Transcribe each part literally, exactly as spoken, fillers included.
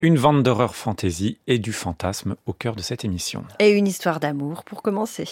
Une vente d'horreur fantasy et du fantasme au cœur de cette émission. Et une histoire d'amour pour commencer.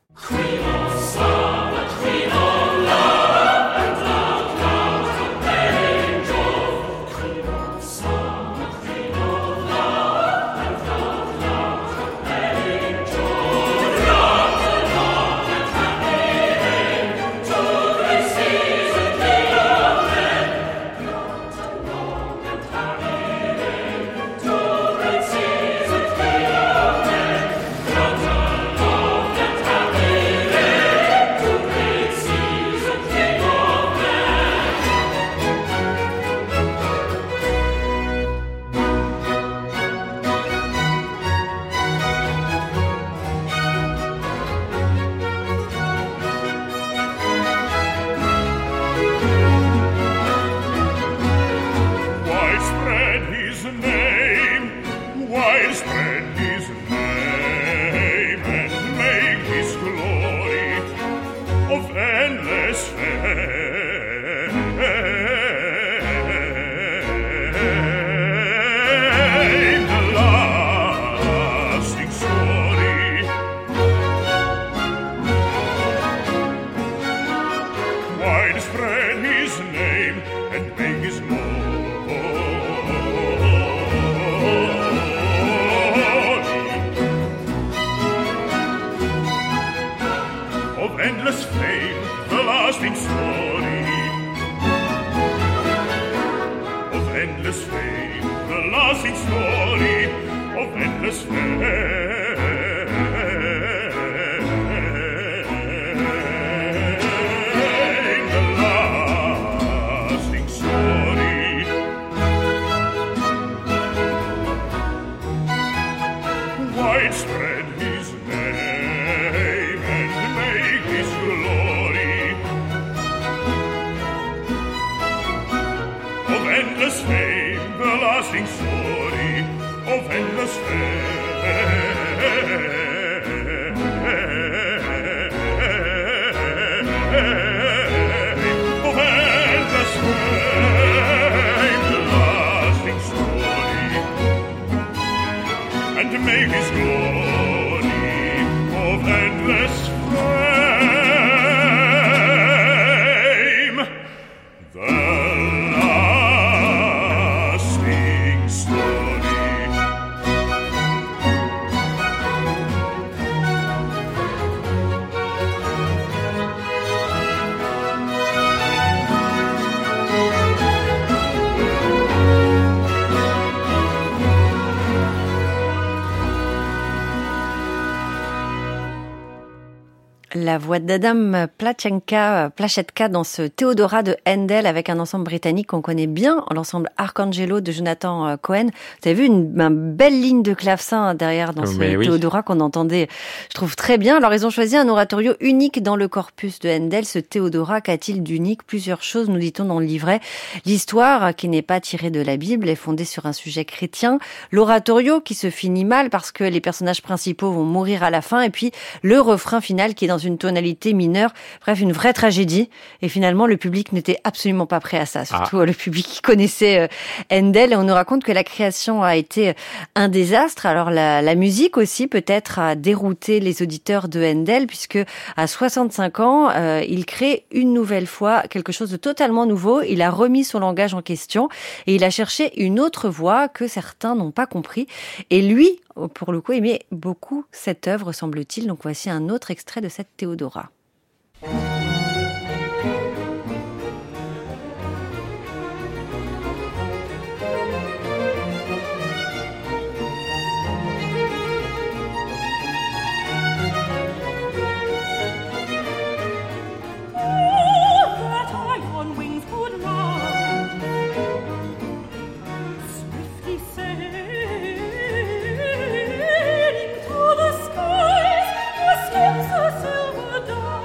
La voix d'Adam Plachenka, Plachetka dans ce Théodora de Handel avec un ensemble britannique qu'on connaît bien, l'ensemble Arcangelo de Jonathan Cohen. Vous avez vu une, une belle ligne de clavecin derrière dans ce Mais Théodora oui. qu'on entendait, je trouve très bien. Alors ils ont choisi un oratorio unique dans le corpus de Handel. Ce Théodora, qu'a-t-il d'unique? Plusieurs choses, nous dit-on dans le livret. L'histoire, qui n'est pas tirée de la Bible, est fondée sur un sujet chrétien. L'oratorio, qui se finit mal parce que les personnages principaux vont mourir à la fin. Et puis le refrain final qui est dans une tonalité mineure, bref, une vraie tragédie. Et finalement, le public n'était absolument pas prêt à ça, surtout ah. le public qui connaissait Handel. Et on nous raconte que la création a été un désastre. Alors la, la musique aussi, peut-être, a dérouté les auditeurs de Handel, puisque à soixante-cinq ans, euh, il crée une nouvelle fois quelque chose de totalement nouveau. Il a remis son langage en question et il a cherché une autre voie que certains n'ont pas compris. Et lui, pour le coup, aimait beaucoup cette œuvre, semble-t-il. Donc voici un autre extrait de cette Théodora. Silver dawn.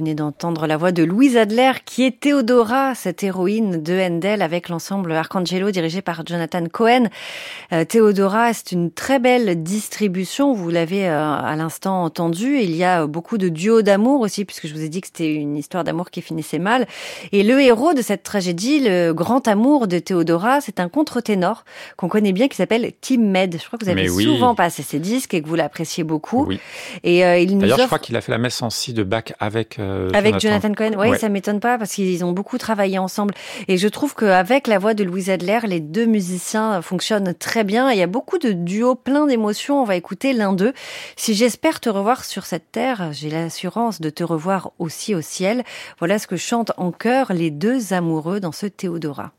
venez d'entendre la voix de Louise Adler, qui est Théodora, cette héroïne de Handel, avec l'ensemble Arcangelo dirigé par Jonathan Cohen. Euh, Théodora, c'est une très belle distribution, vous l'avez euh, à l'instant entendu. Il y a beaucoup de duos d'amour aussi, puisque je vous ai dit que c'était une histoire d'amour qui finissait mal. Et le héros de cette tragédie, le grand amour de Théodora, c'est un contre-ténor qu'on connaît bien, qui s'appelle Tim Med. Je crois que vous avez oui. souvent passé ses disques et que vous l'appréciez beaucoup. Oui. Et euh, il nous D'ailleurs, offre... je crois qu'il a fait la messe en si de Bach avec euh, avec Jonathan. Jonathan Cohen. Oui, ouais. Ça m'étonne pas parce qu'ils ont beaucoup travaillé ensemble. Et je trouve qu'avec la voix de Louise Adler, les deux musiciens fonctionnent très bien. Il y a beaucoup de duos pleins d'émotions. On va écouter l'un d'eux. Si j'espère te revoir sur cette terre, j'ai l'assurance de te revoir aussi au ciel. Voilà ce que chantent en chœur les deux amoureux dans ce Théodora.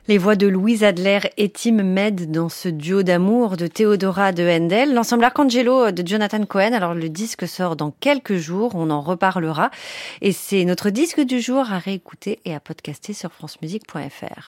Les voix de Louise Adler et Tim Med dans ce duo d'amour de Théodora de Handel. L'ensemble Arcangelo de Jonathan Cohen. Alors le disque sort dans quelques jours, on en reparlera. Et c'est notre disque du jour à réécouter et à podcaster sur francemusique point f r.